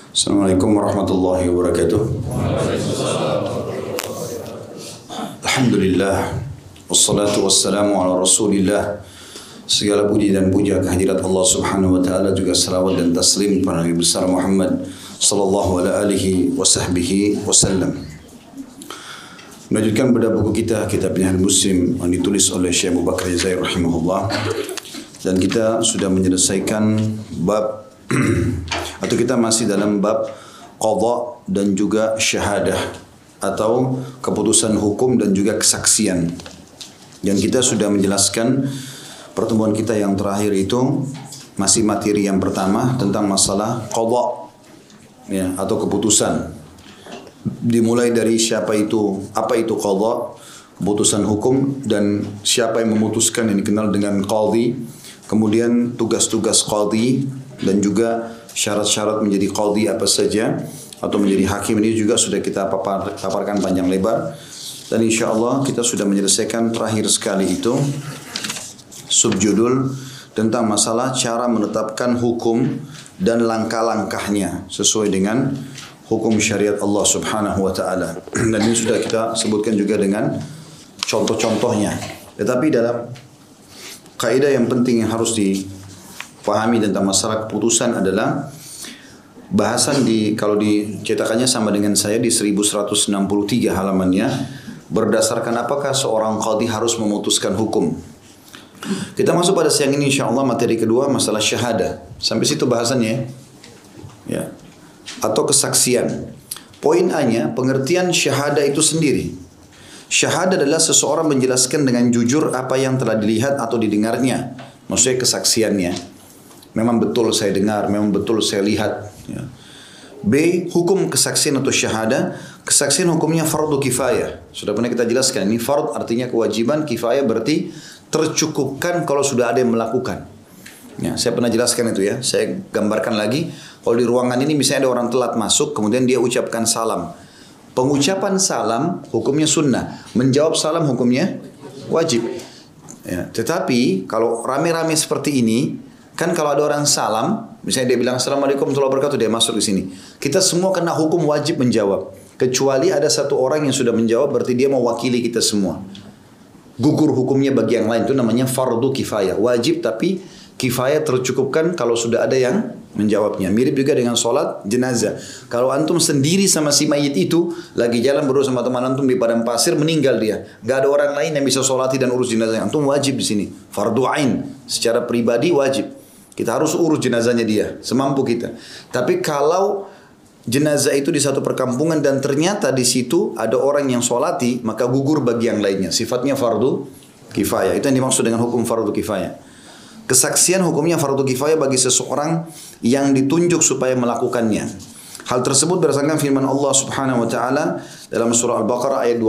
Assalamualaikum warahmatullahi wabarakatuh. Alhamdulillah, wassalatu wassalamu ala rasulillah. Segala puji dan puja kehadirat Allah subhanahu wa ta'ala, juga salawat dan taslim kepada Nabi besar Muhammad sallallahu alaihi wasallam. Melanjutkan pada buku kita, Kitab Minhaj Muslim, yang ditulis oleh Syekh Abu Bakar Jazair rahimahullah. Dan kita sudah menyelesaikan bab atau kita masih dalam bab qadha dan juga syahadah atau keputusan hukum dan juga kesaksian. Dan kita sudah menjelaskan pertemuan kita yang terakhir itu masih materi yang pertama tentang masalah qadha ya, atau keputusan. Dimulai dari siapa itu, apa itu qadha, keputusan hukum, dan siapa yang memutuskan yang dikenal dengan qadhi. Kemudian tugas-tugas qadhi dan juga syarat-syarat menjadi qadhi apa saja atau menjadi hakim, ini juga sudah kita paparkan panjang lebar. Dan insya Allah kita sudah menyelesaikan terakhir sekali itu subjudul tentang masalah cara menetapkan hukum dan langkah-langkahnya sesuai dengan hukum syariat Allah subhanahu wa ta'ala. Dan ini sudah kita sebutkan juga dengan contoh-contohnya. Tetapi dalam kaidah yang penting yang harus dipahami tentang masalah keputusan adalah bahasan kalau dicetakannya sama dengan saya di 1163 halamannya, berdasarkan apakah seorang qadhi harus memutuskan hukum. Kita masuk pada siang ini insyaallah materi kedua, masalah syahadah. Sampai situ bahasannya ya. Atau kesaksian. Poin A-nya, pengertian syahadah itu sendiri. Syahadah adalah seseorang menjelaskan dengan jujur apa yang telah dilihat atau didengarnya. Maksudnya kesaksiannya. Memang betul saya dengar, memang betul saya lihat. Ya. B. Hukum kesaksian atau syahadah. Kesaksian hukumnya fardu kifayah. Sudah pernah kita jelaskan. Ini fard artinya kewajiban, kifayah berarti tercukupkan kalau sudah ada yang melakukan. Ya, saya pernah jelaskan itu ya. Saya gambarkan lagi. Kalau di ruangan ini misalnya ada orang telat masuk, kemudian dia ucapkan salam. Pengucapan salam hukumnya sunnah, menjawab salam hukumnya wajib. Ya, tetapi kalau rame-rame seperti ini, kan kalau ada orang salam, misalnya dia bilang assalamualaikum warahmatullahi wabarakatuh, dia masuk di sini. Kita semua kena hukum wajib menjawab. Kecuali ada satu orang yang sudah menjawab, berarti dia mewakili kita semua. Gugur hukumnya bagi yang lain, itu namanya fardu kifayah. Wajib tapi kifayah tercukupkan kalau sudah ada yang menjawabnya. Mirip juga dengan sholat jenazah. Kalau antum sendiri sama si mayit itu lagi jalan berdua sama teman antum di padang pasir, meninggal dia, gak ada orang lain yang bisa sholati dan urus jenazah, antum wajib di sini. Fardu ain, secara pribadi wajib. Kita harus urus jenazahnya dia semampu kita. Tapi kalau jenazah itu di satu perkampungan dan ternyata di situ ada orang yang sholati, maka gugur bagi yang lainnya. Sifatnya fardu kifayah. Itu yang dimaksud dengan hukum fardu kifayah. Kesaksian hukumnya fardu kifayah bagi seseorang yang ditunjuk supaya melakukannya. Hal tersebut berdasarkan firman Allah Subhanahu wa taala dalam surah Al-Baqarah ayat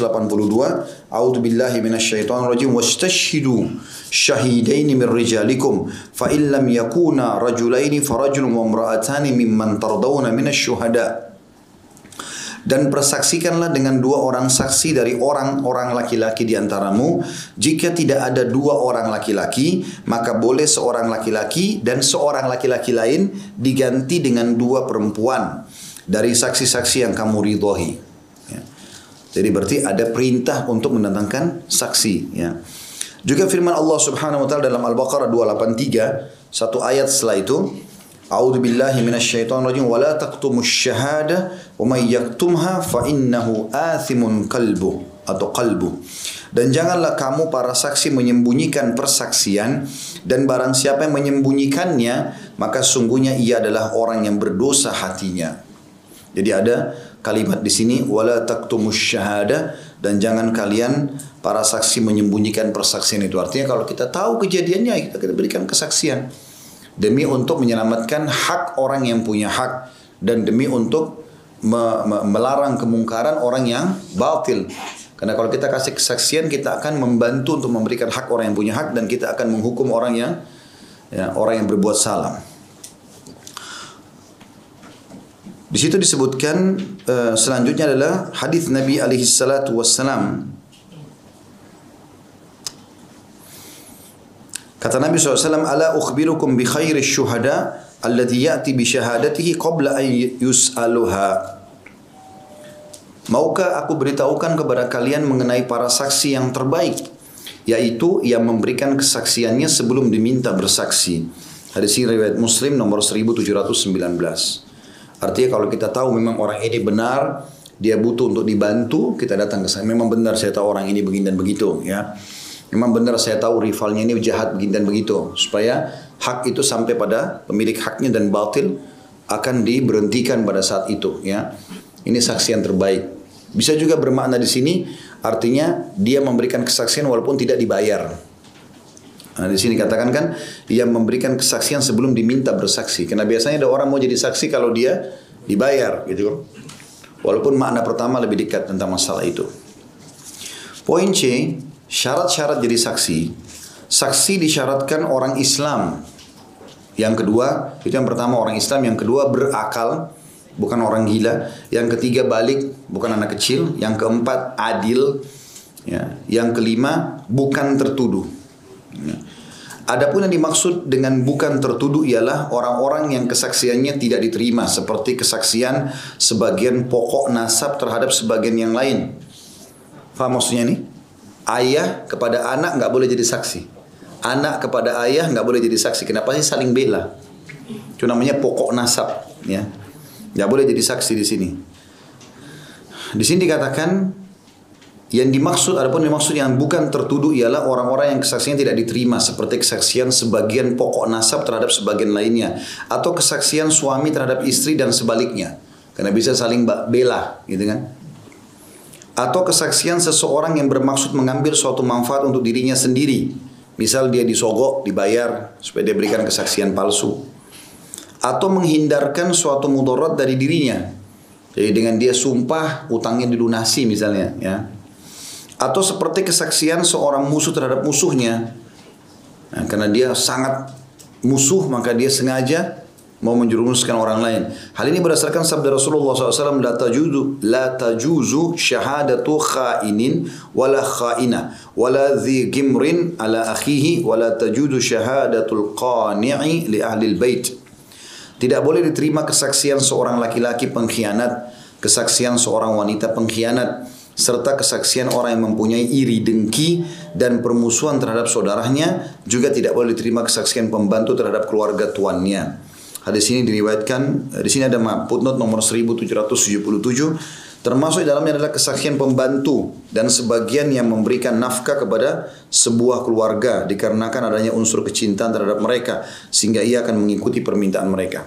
282, A'udzu billahi minasyaitonir rajim, wastashhidu syahidaini min rijalikum fa in lam yakuna rajulaini farajulun wa imra'atani mimman tardawna minasy syuhada. Dan persaksikanlah dengan dua orang saksi dari orang-orang laki-laki di antaramu. Jika tidak ada dua orang laki-laki, maka boleh seorang laki-laki dan seorang laki-laki lain diganti dengan dua perempuan dari saksi-saksi yang kamu ridhoi. Ya. Jadi berarti ada perintah untuk mendatangkan saksi. Ya. Juga firman Allah Subhanahu wa taala dalam Al-Baqarah 283, satu ayat setelah itu, A'udzu billahi minasyaitonir rajim, wa la taqtumus syahada wa may yaktumha fa innahu athimun qalbu atau qalbu. Dan janganlah kamu para saksi menyembunyikan persaksian, dan barang siapa yang menyembunyikannya maka sungguhnya ia adalah orang yang berdosa hatinya. Jadi ada kalimat di sini wala taqtumus syahada, dan jangan kalian para saksi menyembunyikan persaksian itu. Artinya kalau kita tahu kejadiannya kita berikan kesaksian. Demi untuk menyelamatkan hak orang yang punya hak, dan demi untuk melarang kemungkaran orang yang batil. Karena kalau kita kasih kesaksian, kita akan membantu untuk memberikan hak orang yang punya hak, dan kita akan menghukum orang yang berbuat salah. Di situ disebutkan selanjutnya adalah hadis Nabi alaihi salatu wassalam. Kata Nabi SAW, ala ukhbirukum bi khairi syuhada alladhi ya'ti bi syahadatihi qabla an yus'aluha. Maukah aku beritahukan kepada kalian mengenai para saksi yang terbaik, yaitu yang memberikan kesaksiannya sebelum diminta bersaksi. Hadis ini riwayat Muslim nomor 1719. Artinya kalau kita tahu memang orang ini benar, dia butuh untuk dibantu, kita datang ke sana. Memang benar saya tahu orang ini begini dan begitu, ya. Memang benar saya tahu rivalnya ini jahat begini dan begitu, supaya hak itu sampai pada pemilik haknya dan batil akan diberhentikan pada saat itu, ya. Ini saksi yang terbaik. Bisa juga bermakna di sini, artinya dia memberikan kesaksian walaupun tidak dibayar. Nah, di sini katakan kan, dia memberikan kesaksian sebelum diminta bersaksi. Karena biasanya ada orang mau jadi saksi kalau dia dibayar, gitu. Walaupun makna pertama lebih dekat tentang masalah itu. Poin C, syarat-syarat jadi saksi. Saksi disyaratkan orang Islam. Yang kedua, itu yang pertama orang Islam. Yang kedua berakal, bukan orang gila. Yang ketiga balik, bukan anak kecil. Yang keempat adil. Ya. Yang kelima bukan tertuduh. Ya. Adapun yang dimaksud dengan bukan tertuduh ialah orang-orang yang kesaksiannya tidak diterima, seperti kesaksian sebagian pokok nasab terhadap sebagian yang lain. Faham maksudnya ini? Ayah kepada anak nggak boleh jadi saksi. Anak kepada ayah nggak boleh jadi saksi. Kenapa sih saling bela? Itu namanya pokok nasab. Ya. Nggak boleh jadi saksi di sini. Di sini dikatakan yang dimaksud, adapun dimaksud yang bukan tertuduh ialah orang-orang yang kesaksian tidak diterima, seperti kesaksian sebagian pokok nasab terhadap sebagian lainnya, atau kesaksian suami terhadap istri dan sebaliknya, karena bisa saling bela, gitu kan? Atau kesaksian seseorang yang bermaksud mengambil suatu manfaat untuk dirinya sendiri, misal dia disogok, dibayar supaya dia berikan kesaksian palsu, atau menghindarkan suatu mudarat dari dirinya, jadi dengan dia sumpah utangnya dilunasi misalnya, ya. Atau seperti kesaksian seorang musuh terhadap musuhnya, nah, karena dia sangat musuh maka dia sengaja mau menjerumuskan orang lain. Hal ini berdasarkan sabda Rasulullah SAW, la tajuzu syahadatu khainin wala khaina wala dhi gimrin ala akhihi wala tajuzu syahadatul qani'i li ahli bait. Tidak boleh diterima kesaksian seorang laki-laki pengkhianat, kesaksian seorang wanita pengkhianat, serta kesaksian orang yang mempunyai iri, dengki, dan permusuhan terhadap saudaranya. Juga tidak boleh diterima kesaksian pembantu terhadap keluarga tuannya. Hadis ini diriwayatkan, di sini ada footnote nomor 1777, termasuk di dalamnya adalah kesaksian pembantu dan sebagian yang memberikan nafkah kepada sebuah keluarga dikarenakan adanya unsur kecintaan terhadap mereka, sehingga ia akan mengikuti permintaan mereka.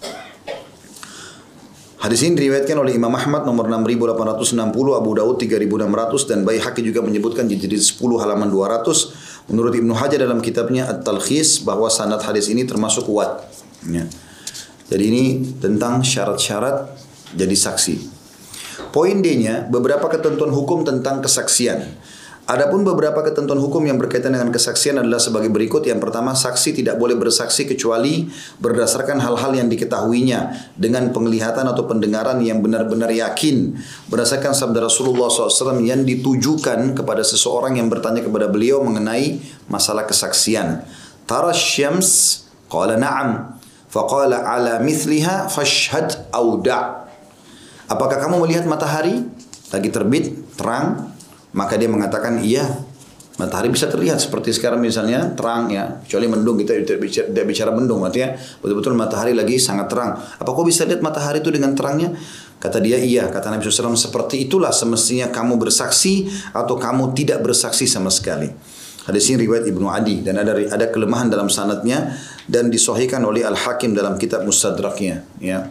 Hadis ini diriwayatkan oleh Imam Ahmad nomor 6860, Abu Daud 3600, dan Baihaqi juga menyebutkan di jilid 10 halaman 200. Menurut Ibnu Hajar dalam kitabnya At-Talkhis bahwa sanad hadis ini termasuk kuat. Ya. Jadi ini tentang syarat-syarat jadi saksi. Poin D-nya, beberapa ketentuan hukum tentang kesaksian. Adapun beberapa ketentuan hukum yang berkaitan dengan kesaksian adalah sebagai berikut. Yang pertama, saksi tidak boleh bersaksi kecuali berdasarkan hal-hal yang diketahuinya dengan penglihatan atau pendengaran yang benar-benar yakin, berdasarkan sabda Rasulullah SAW yang ditujukan kepada seseorang yang bertanya kepada beliau mengenai masalah kesaksian. Tara syams, qala na'am, faqala ala mithliha fashhad awda'. Apakah kamu melihat matahari lagi terbit, terang? Maka dia mengatakan iya, matahari bisa terlihat seperti sekarang misalnya terang, ya, kecuali mendung, kita tidak bicara mendung, artinya betul-betul matahari lagi sangat terang. Apa kau bisa lihat matahari itu dengan terangnya? Kata dia iya. Kata Nabi SAW, seperti itulah semestinya kamu bersaksi atau kamu tidak bersaksi sama sekali. Hadis ini riwayat Ibnu Adi dan ada kelemahan dalam sanadnya dan disahihkan oleh Al-Hakim dalam kitab Mustadraknya, ya.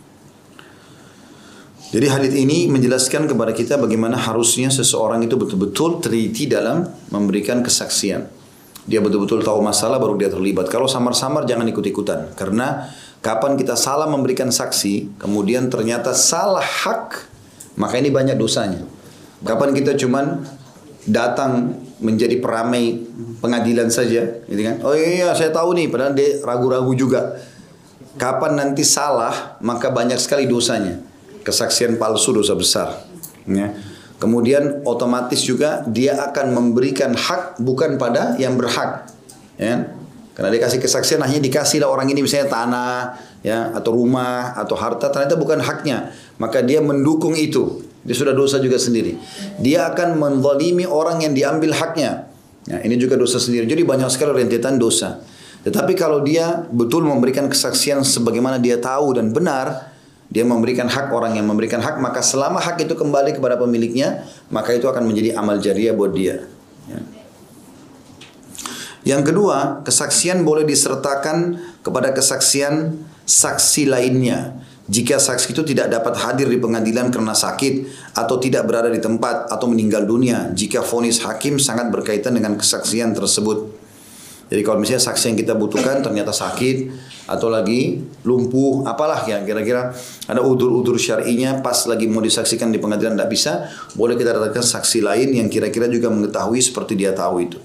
Jadi hadis ini menjelaskan kepada kita bagaimana harusnya seseorang itu betul-betul teliti dalam memberikan kesaksian. Dia betul-betul tahu masalah baru dia terlibat. Kalau samar-samar jangan ikut-ikutan. Karena kapan kita salah memberikan saksi, kemudian ternyata salah hak, maka ini banyak dosanya. Kapan kita cuman datang menjadi peramai pengadilan saja, gitu kan? Oh iya saya tahu nih, padahal dia ragu-ragu juga. Kapan nanti salah, maka banyak sekali dosanya. Kesaksian palsu dosa besar, ya. Kemudian otomatis juga dia akan memberikan hak bukan pada yang berhak, ya. Karena dia kasih kesaksian hanya dikasihlah orang ini misalnya tanah, ya, atau rumah, atau harta, ternyata bukan haknya. Maka dia mendukung itu. Dia sudah dosa juga sendiri. Dia akan menzalimi orang yang diambil haknya. Ya, ini juga dosa sendiri. Jadi banyak sekali rentetan dosa. Tetapi kalau dia betul memberikan kesaksian sebagaimana dia tahu dan benar, dia memberikan hak orang yang memberikan hak, maka selama hak itu kembali kepada pemiliknya, maka itu akan menjadi amal jariah buat dia. Ya. Yang kedua, kesaksian boleh disertakan kepada kesaksian saksi lainnya. Jika saksi itu tidak dapat hadir di pengadilan karena sakit atau tidak berada di tempat atau meninggal dunia, jika vonis hakim sangat berkaitan dengan kesaksian tersebut. Jadi kalau misalnya saksi yang kita butuhkan ternyata sakit atau lagi lumpuh, apalah ya kira-kira ada udzur-udzur syar'inya pas lagi mau disaksikan di pengadilan tidak bisa, boleh kita datangkan saksi lain yang kira-kira juga mengetahui seperti dia tahu itu.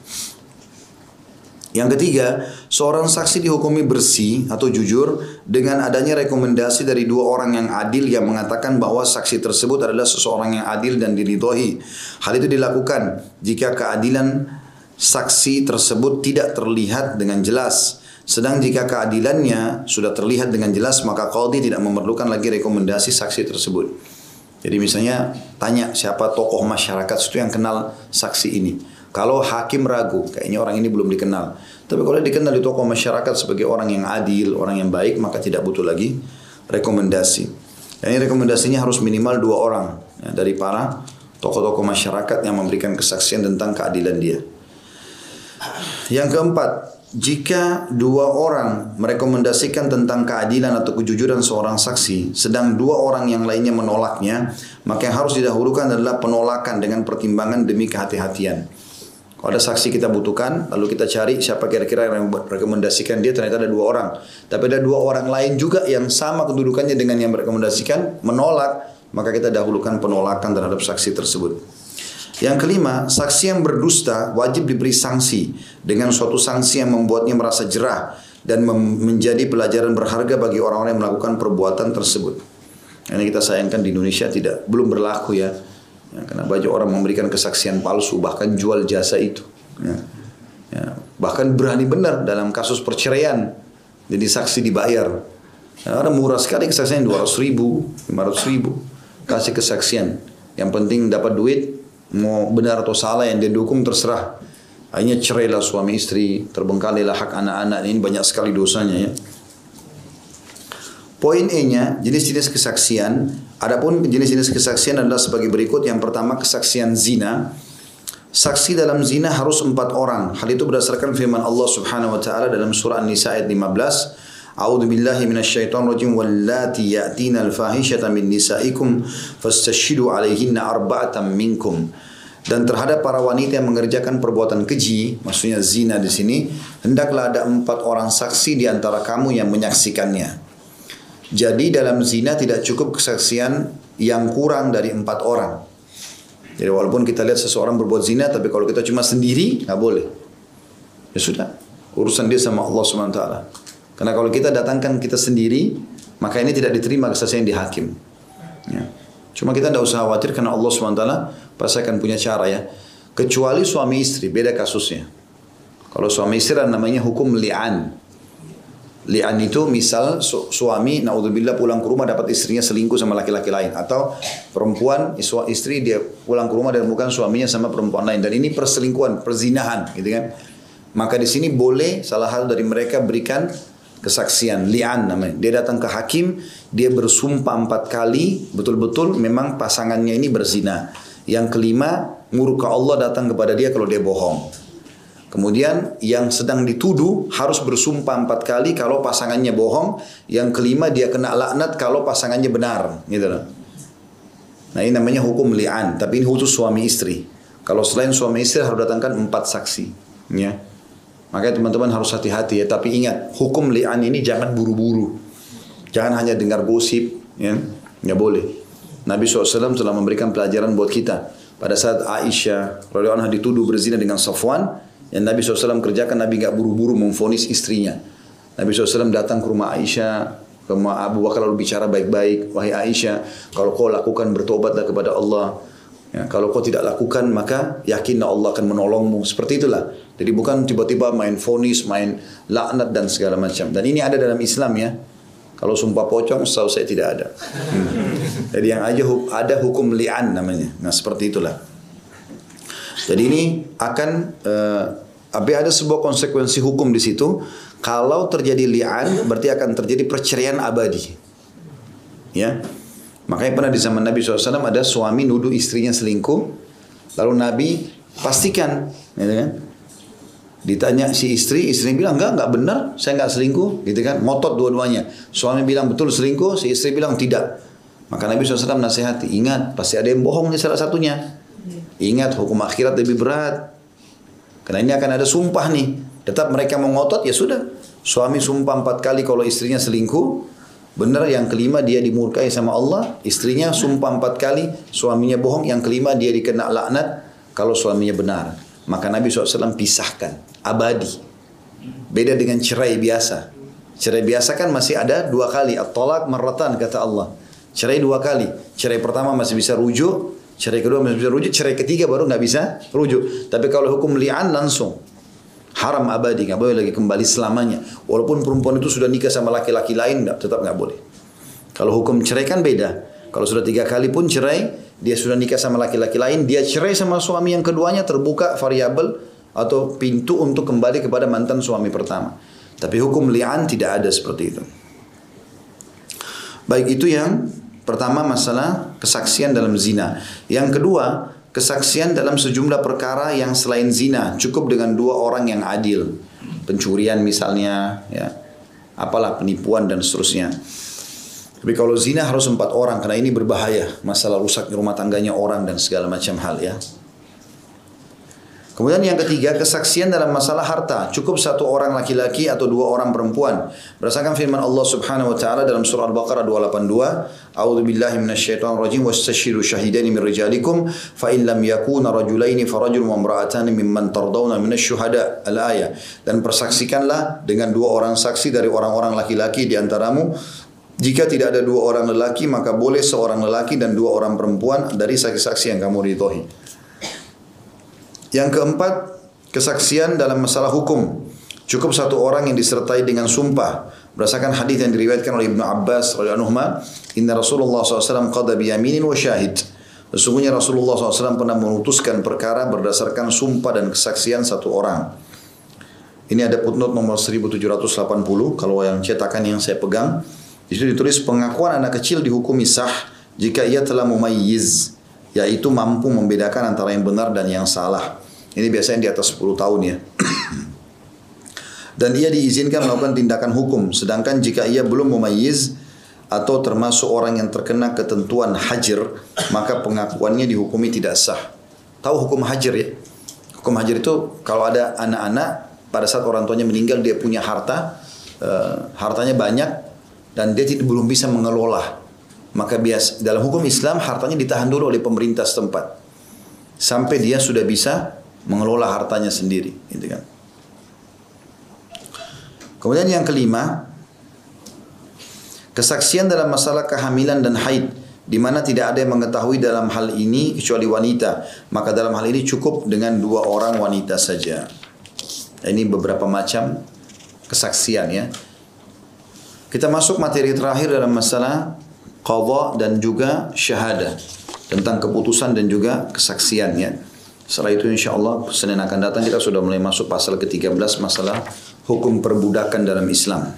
Yang ketiga, seorang saksi dihukumi bersih atau jujur dengan adanya rekomendasi dari dua orang yang adil yang mengatakan bahwa saksi tersebut adalah seseorang yang adil dan diridhoi. Hal itu dilakukan jika keadilan saksi tersebut tidak terlihat dengan jelas. Sedang jika keadilannya sudah terlihat dengan jelas, maka qadhi tidak memerlukan lagi rekomendasi saksi tersebut. Jadi misalnya tanya siapa tokoh masyarakat itu yang kenal saksi ini. Kalau hakim ragu, kayaknya orang ini belum dikenal. Tapi kalau dikenal di tokoh masyarakat sebagai orang yang adil, orang yang baik, maka tidak butuh lagi rekomendasi. Dan ini rekomendasinya harus minimal 2 orang ya, dari para tokoh-tokoh masyarakat yang memberikan kesaksian tentang keadilan dia. Yang keempat, jika 2 orang merekomendasikan tentang keadilan atau kejujuran seorang saksi, sedang 2 orang yang lainnya menolaknya, maka yang harus didahulukan adalah penolakan dengan pertimbangan demi kehati-hatian. Kalau ada saksi kita butuhkan, lalu kita cari siapa kira-kira yang merekomendasikan dia, ternyata ada 2 orang. Tapi ada 2 orang lain juga yang sama kedudukannya dengan yang merekomendasikan, menolak, maka kita dahulukan penolakan terhadap saksi tersebut. Yang kelima, saksi yang berdusta wajib diberi sanksi dengan suatu sanksi yang membuatnya merasa jerah dan menjadi pelajaran berharga bagi orang-orang yang melakukan perbuatan tersebut. Ini kita sayangkan di Indonesia belum berlaku ya. Ya, karena banyak orang memberikan kesaksian palsu, bahkan jual jasa itu. Ya. Ya, bahkan berani benar dalam kasus perceraian, jadi saksi dibayar. Ya, orang murah sekali kesaksian 200.000, 500.000, kasih kesaksian. Yang penting dapat duit, mau benar atau salah yang dia dukung terserah. Akhirnya cerailah suami istri, terbengkalilah hak anak-anak. Ini banyak sekali dosanya ya. Poin E-nya, jenis-jenis kesaksian. Adapun jenis-jenis kesaksian adalah sebagai berikut. Yang pertama, kesaksian zina. Saksi dalam zina harus 4 orang. Hal itu berdasarkan firman Allah Subhanahu wa taala dalam surah An-Nisa ayat 15. A'udzu billahi minasyaitonir rajim wallati ya'tina al-fahishata min nisaikum fastashhidu 'alaihinna arba'atan minkum. Dan terhadap para wanita yang mengerjakan perbuatan keji, maksudnya zina di sini, hendaklah ada 4 orang saksi di antara kamu yang menyaksikannya. Jadi dalam zina tidak cukup kesaksian yang kurang dari 4 orang. Jadi walaupun kita lihat seseorang berbuat zina, tapi kalau kita cuma sendiri, nggak boleh. Ya sudah, urusan dia sama Allah SWT. Karena kalau kita datangkan kita sendiri, maka ini tidak diterima kesaksian di hakim. Ya. Cuma kita tidak usah khawatir karena Allah SWT pasti akan punya cara ya. Kecuali suami istri, beda kasusnya. Kalau suami istri namanya hukum li'an. Li'an itu misal suami naudzubillah pulang ke rumah dapat istrinya selingkuh sama laki-laki lain, atau perempuan istri dia pulang ke rumah dan bukan suaminya sama perempuan lain, dan ini perselingkuhan, perzinahan gitu kan. Maka di sini boleh salah satu dari mereka berikan kesaksian li'an namanya. Dia datang ke hakim, dia bersumpah 4 kali betul-betul memang pasangannya ini berzina. Yang kelima, murka Allah datang kepada dia kalau dia bohong. Kemudian yang sedang dituduh harus bersumpah 4 kali kalau pasangannya bohong. Yang kelima dia kena laknat kalau pasangannya benar, gitu loh. Nah ini namanya hukum li'an, tapi ini khusus suami istri. Kalau selain suami istri harus datangkan 4 saksi, ya. Makanya teman-teman harus hati-hati ya. Tapi ingat, hukum li'an ini jangan buru-buru, jangan hanya dengar gosip, ya. Nggak boleh. Nabi SAW telah memberikan pelajaran buat kita. Pada saat Aisyah radhiyallahu anha dituduh berzina dengan Safwan, yang Nabi SAW kerjakan, Nabi gak buru-buru memvonis istrinya. Nabi SAW datang ke rumah Aisyah, ke rumah Abu Bakar, lalu bicara baik-baik. Wahai Aisyah, kalau kau lakukan bertobatlah kepada Allah. Ya, kalau kau tidak lakukan maka yakinlah Allah akan menolongmu. Seperti itulah. Jadi bukan tiba-tiba main vonis, main laknat dan segala macam. Dan ini ada dalam Islam ya. Kalau sumpah pocong, setahu saya tidak ada. Jadi yang ada hukum li'an namanya. Nah seperti itulah. Jadi ini akan ada sebuah konsekuensi hukum di situ. Kalau terjadi li'an, berarti akan terjadi perceraian abadi. Ya. Makanya pernah di zaman Nabi SAW ada suami nuduh istrinya selingkuh. Lalu Nabi pastikan, gitu kan? Ditanya si istri, istrinya bilang enggak benar, saya enggak selingkuh, gitu kan? Ngotot dua-duanya. Suami bilang betul selingkuh, si istri bilang tidak. Maka Nabi SAW nasihati, ingat pasti ada yang bohong nih salah satunya. Ingat hukum akhirat lebih berat. Karena ini akan ada sumpah nih. Tetap mereka mau ngotot, ya sudah. Suami sumpah 4 kali kalau istrinya selingkuh. Benar, yang kelima dia dimurkai sama Allah. Istrinya sumpah 4 kali, suaminya bohong. Yang kelima dia dikena laknat kalau suaminya benar. Maka Nabi SAW pisahkan, abadi. Beda dengan cerai biasa. Cerai biasa kan masih ada 2 kali. At-talaq marratan kata Allah. Cerai 2 kali. Cerai pertama masih bisa rujuk. Cerai kedua masih bisa rujuk. Cerai ketiga baru nggak bisa rujuk. Tapi kalau hukum li'an langsung. Haram abadi, nggak boleh lagi kembali selamanya. Walaupun perempuan itu sudah nikah sama laki-laki lain, tetap nggak boleh. Kalau hukum cerai kan beda. Kalau sudah 3 kali pun cerai, dia sudah nikah sama laki-laki lain, dia cerai sama suami yang keduanya, terbuka variabel atau pintu untuk kembali kepada mantan suami pertama. Tapi hukum li'an tidak ada seperti itu. Baik, itu yang pertama masalah kesaksian dalam zina. Yang kedua, kesaksian dalam sejumlah perkara yang selain zina, cukup dengan 2 orang yang adil. Pencurian misalnya, ya, apalah penipuan dan seterusnya. Tapi kalau zina harus 4 orang karena ini berbahaya, masalah rusak rumah tangganya orang dan segala macam hal ya. Kemudian yang ketiga, kesaksian dalam masalah harta, cukup 1 orang laki-laki atau 2 orang perempuan. Berdasarkan firman Allah Subhanahu wa taala dalam surah Al-Baqarah 282, A'udzubillahi minasyaitonirrajim wastashiru syahidaini min rijalikum fa in lam yakuna rajulaini farajulun wa imra'atani mimman tardawna minasyuhada. Al-ayah. Dan persaksikanlah dengan 2 orang saksi dari orang-orang laki-laki di antaramu. Jika tidak ada 2 orang lelaki, maka boleh 1 orang lelaki dan 2 orang perempuan dari saksi-saksi yang kamu ridhoi. Yang keempat, kesaksian dalam masalah hukum. Cukup 1 orang yang disertai dengan sumpah. Berdasarkan hadis yang diriwayatkan oleh Ibnu Abbas radhiyallahu anhu, inna Rasulullah SAW qada biyaminin wa syahid. Sesungguhnya Rasulullah SAW pernah memutuskan perkara berdasarkan sumpah dan kesaksian 1 orang. Ini ada footnote nomor 1780, kalau yang cetakan yang saya pegang. Di situ ditulis pengakuan anak kecil dihukumi sah jika ia telah mumayyiz, yaitu mampu membedakan antara yang benar dan yang salah. Ini biasanya di atas 10 tahun ya. Dan ia diizinkan melakukan tindakan hukum. Sedangkan jika ia belum mumayyiz atau termasuk orang yang terkena ketentuan hajr, maka pengakuannya dihukumi tidak sah. Tahu hukum hajr ya? Hukum hajr itu kalau ada anak-anak pada saat orang tuanya meninggal, dia punya harta, hartanya banyak dan dia belum bisa mengelola. Maka dalam hukum Islam hartanya ditahan dulu oleh pemerintah setempat sampai dia sudah bisa mengelola hartanya sendiri, gitu kan. Kemudian yang kelima, kesaksian dalam masalah kehamilan dan haid, di mana tidak ada yang mengetahui dalam hal ini kecuali wanita. Maka dalam hal ini cukup dengan 2 orang wanita saja. Ini beberapa macam kesaksian ya. Kita masuk materi terakhir dalam masalah qadha dan juga syahadah, tentang keputusan dan juga kesaksian ya. Setelah itu insyaAllah Senin akan datang kita sudah mulai masuk pasal ke-13, masalah hukum perbudakan dalam Islam.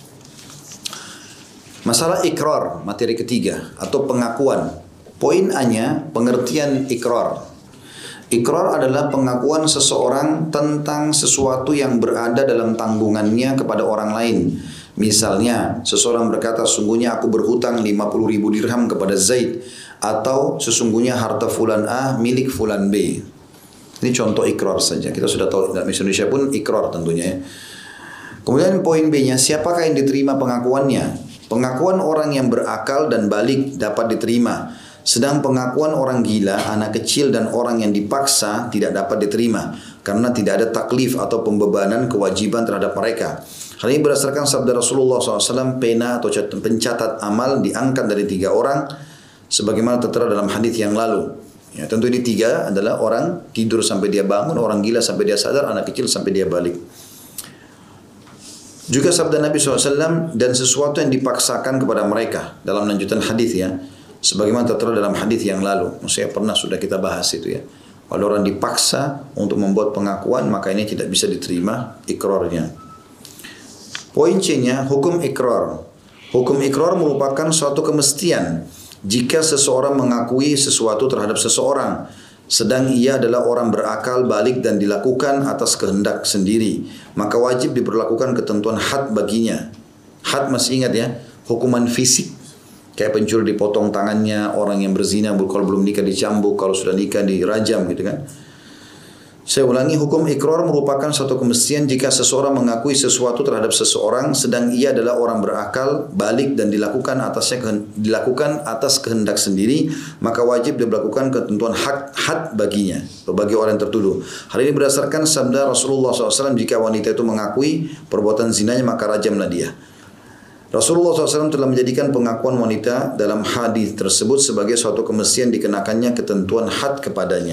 Masalah ikrar, materi ketiga atau pengakuan. Poin A-nya pengertian ikrar. Ikrar adalah pengakuan seseorang tentang sesuatu yang berada dalam tanggungannya kepada orang lain. Misalnya, seseorang berkata, sesungguhnya aku berhutang 50.000 dirham kepada Zaid, atau sesungguhnya harta fulan A milik fulan B. Ini contoh ikrar saja. Kita sudah tahu dalam Indonesia pun ikrar tentunya ya. Kemudian poin B-nya, siapakah yang diterima pengakuannya? Pengakuan orang yang berakal dan balik dapat diterima. Sedang pengakuan orang gila, anak kecil dan orang yang dipaksa tidak dapat diterima. Karena tidak ada taklif atau pembebanan kewajiban terhadap mereka. Hal ini berdasarkan sabda Rasulullah SAW, pena atau pencatat amal diangkat dari 3 orang. Sebagaimana tertera dalam hadis yang lalu. Ya, tentu ini 3 adalah orang tidur sampai dia bangun, orang gila sampai dia sadar, anak kecil sampai dia balik. Juga sabda Nabi SAW, dan sesuatu yang dipaksakan kepada mereka dalam lanjutan hadis ya, sebagaimana tertera dalam hadis yang lalu. Maksudnya sudah kita bahas itu ya. Kalau orang dipaksa untuk membuat pengakuan, maka ini tidak bisa diterima ikrarnya. Poin C-nya, hukum ikrar. Hukum ikrar merupakan suatu kemestian jika seseorang mengakui sesuatu terhadap seseorang, sedang ia adalah orang berakal, balik dan dilakukan atas kehendak sendiri, maka wajib diberlakukan ketentuan had baginya. Had masih ingat ya, hukuman fisik. Kayak pencuri dipotong tangannya, orang yang berzina kalau belum nikah dicambuk, kalau sudah nikah dirajam gitu kan. Saya ulangi, hukum ikrar merupakan suatu kemestian jika seseorang mengakui sesuatu terhadap seseorang sedang ia adalah orang berakal, balik dan dilakukan atas kehendak sendiri, maka wajib diberlakukan ketentuan had baginya, bagi orang yang tertuduh. Hal ini berdasarkan sabda Rasulullah SAW, jika wanita itu mengakui perbuatan zinanya maka rajamlah dia. Rasulullah SAW telah menjadikan pengakuan wanita dalam hadis tersebut sebagai suatu kemestian dikenakannya ketentuan had kepadanya.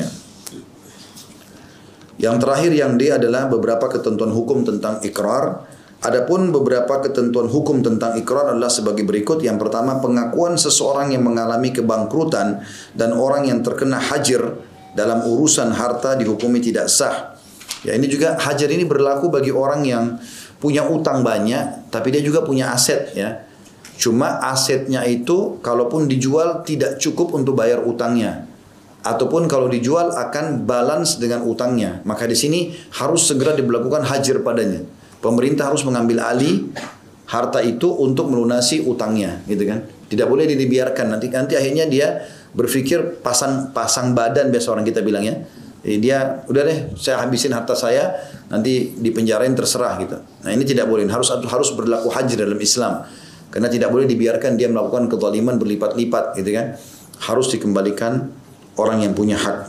Yang terakhir yang D adalah beberapa ketentuan hukum tentang ikrar. Adapun beberapa ketentuan hukum tentang ikrar adalah sebagai berikut. Yang pertama, pengakuan seseorang yang mengalami kebangkrutan dan orang yang terkena hajar dalam urusan harta dihukumi tidak sah. Ya, ini juga hajar ini berlaku bagi orang yang punya utang banyak, tapi dia juga punya aset ya. Cuma asetnya itu kalaupun dijual tidak cukup untuk bayar utangnya. Ataupun kalau dijual akan balance dengan utangnya, maka di sini harus segera diberlakukan hajar padanya. Pemerintah harus mengambil alih harta itu untuk melunasi utangnya, gitu kan? Tidak boleh dibiarkan. Nanti akhirnya dia berpikir pasang badan, biasa orang kita bilang ya. Jadi dia udah deh, saya habisin harta saya, nanti dipenjarain terserah gitu. Nah ini tidak boleh. Harus berlaku hajar dalam Islam, karena tidak boleh dibiarkan dia melakukan kezaliman berlipat-lipat, gitu kan? Harus dikembalikan orang yang punya hak.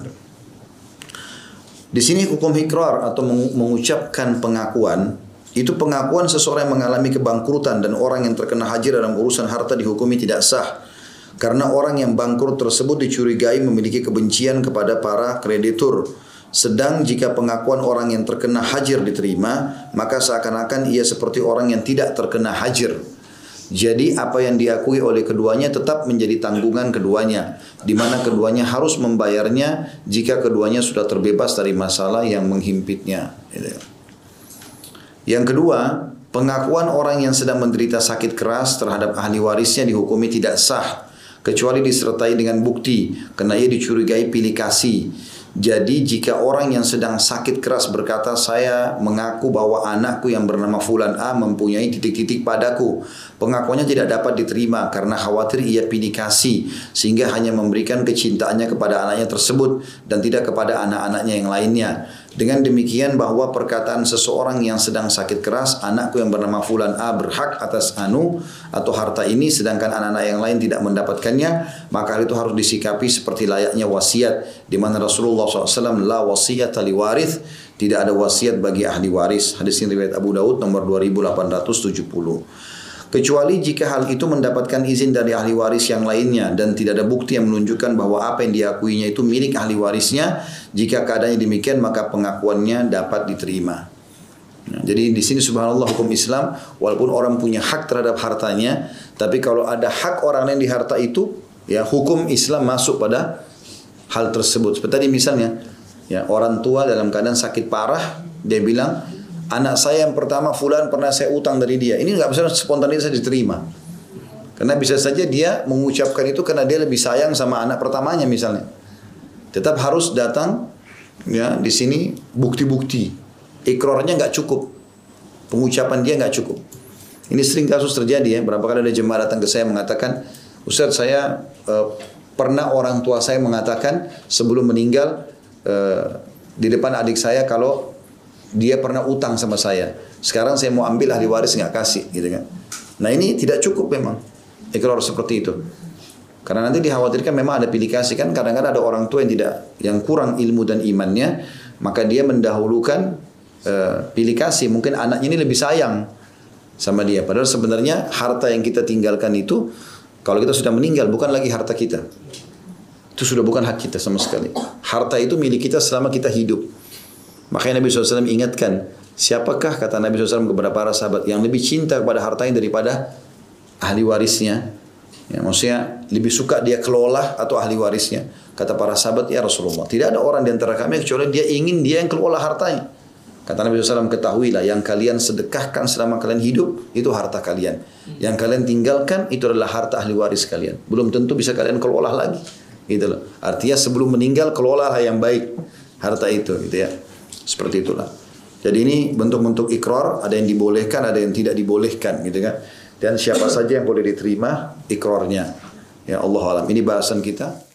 Di sini hukum ikrar atau mengucapkan pengakuan, itu pengakuan seseorang yang mengalami kebangkrutan dan orang yang terkena hajar dalam urusan harta dihukumi tidak sah. Karena orang yang bangkrut tersebut dicurigai memiliki kebencian kepada para kreditur. Sedang jika pengakuan orang yang terkena hajar diterima, maka seakan-akan ia seperti orang yang tidak terkena hajar. Jadi apa yang diakui oleh keduanya tetap menjadi tanggungan keduanya, di mana keduanya harus membayarnya jika keduanya sudah terbebas dari masalah yang menghimpitnya. Yang kedua, pengakuan orang yang sedang menderita sakit keras terhadap ahli warisnya dihukumi tidak sah, kecuali disertai dengan bukti, karena ia dicurigai pilih kasih. Jadi jika orang yang sedang sakit keras berkata, saya mengaku bahwa anakku yang bernama Fulan A mempunyai titik-titik padaku, pengakuannya tidak dapat diterima karena khawatir ia pilih kasih, sehingga hanya memberikan kecintaannya kepada anaknya tersebut dan tidak kepada anak-anaknya yang lainnya. Dengan demikian bahwa perkataan seseorang yang sedang sakit keras, anakku yang bernama Fulan A berhak atas atau harta ini, sedangkan anak-anak yang lain tidak mendapatkannya, maka itu harus disikapi seperti layaknya wasiat, di mana Rasulullah SAW la wasiyata li warith, tidak ada wasiat bagi ahli waris. Hadis ini riwayat Abu Daud nomor 2870. Kecuali jika hal itu mendapatkan izin dari ahli waris yang lainnya dan tidak ada bukti yang menunjukkan bahwa apa yang diakuinya itu milik ahli warisnya. Jika keadaannya demikian, maka pengakuannya dapat diterima. Nah, jadi di sini subhanallah hukum Islam, walaupun orang punya hak terhadap hartanya, tapi kalau ada hak orang lain di harta itu, ya hukum Islam masuk pada hal tersebut. Seperti tadi misalnya, ya orang tua dalam keadaan sakit parah, dia bilang, anak saya yang pertama Fulan pernah saya utang dari dia. Ini nggak bisa spontanitas diterima. Karena bisa saja dia mengucapkan itu karena dia lebih sayang sama anak pertamanya misalnya. Tetap harus datang ya di sini bukti-bukti. Ikrarnya nggak cukup. Pengucapan dia nggak cukup. Ini sering kasus terjadi ya. Berapa kali ada jemaah datang ke saya mengatakan, Ustaz saya pernah orang tua saya mengatakan sebelum meninggal di depan adik saya kalau dia pernah utang sama saya. Sekarang saya mau ambil ahli waris nggak kasih, gitu kan? Nah ini tidak cukup memang ikrar seperti itu. Karena nanti dikhawatirkan memang ada pilih kasih kan. Kadang-kadang ada orang tua yang kurang ilmu dan imannya, maka dia mendahulukan pilih kasih. Mungkin anaknya ini lebih sayang sama dia. Padahal sebenarnya harta yang kita tinggalkan itu, kalau kita sudah meninggal bukan lagi harta kita. Itu sudah bukan hak kita sama sekali. Harta itu milik kita selama kita hidup. Makanya Nabi SAW ingatkan, siapakah kata Nabi SAW kepada para sahabat yang lebih cinta kepada hartanya daripada ahli warisnya? Ya, maksudnya lebih suka dia kelola atau ahli warisnya? Kata para sahabat, ya Rasulullah, tidak ada orang di antara kami kecuali dia ingin dia yang kelola hartanya. Kata Nabi SAW, ketahuilah yang kalian sedekahkan selama kalian hidup itu harta kalian. Yang kalian tinggalkan itu adalah harta ahli waris kalian. Belum tentu bisa kalian kelola lagi. Gitu loh. Artinya sebelum meninggal kelolalah yang baik harta itu, gitu ya. Seperti itulah. Jadi ini bentuk-bentuk ikrar, ada yang dibolehkan, ada yang tidak dibolehkan, gitu kan. Dan siapa saja yang boleh diterima ikrarnya. Ya Allah alam. Ini bahasan kita.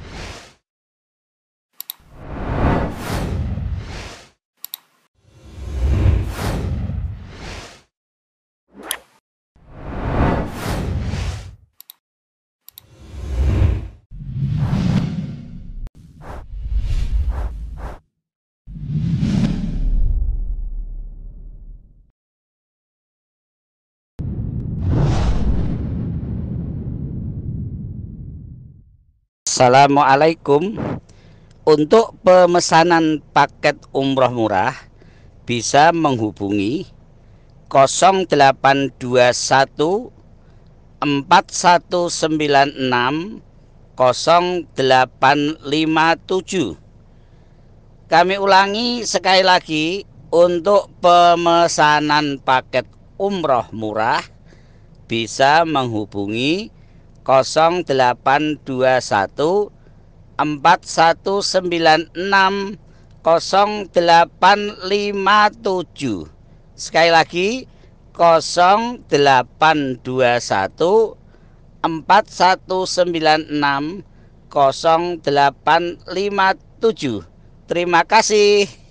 Assalamualaikum. Untuk pemesanan paket umroh murah bisa menghubungi 0821 4196 0857. Kami ulangi sekali lagi, untuk pemesanan paket umroh murah bisa menghubungi 0821 4196 0857. Sekali lagi 0821 4196 0857. Terima kasih.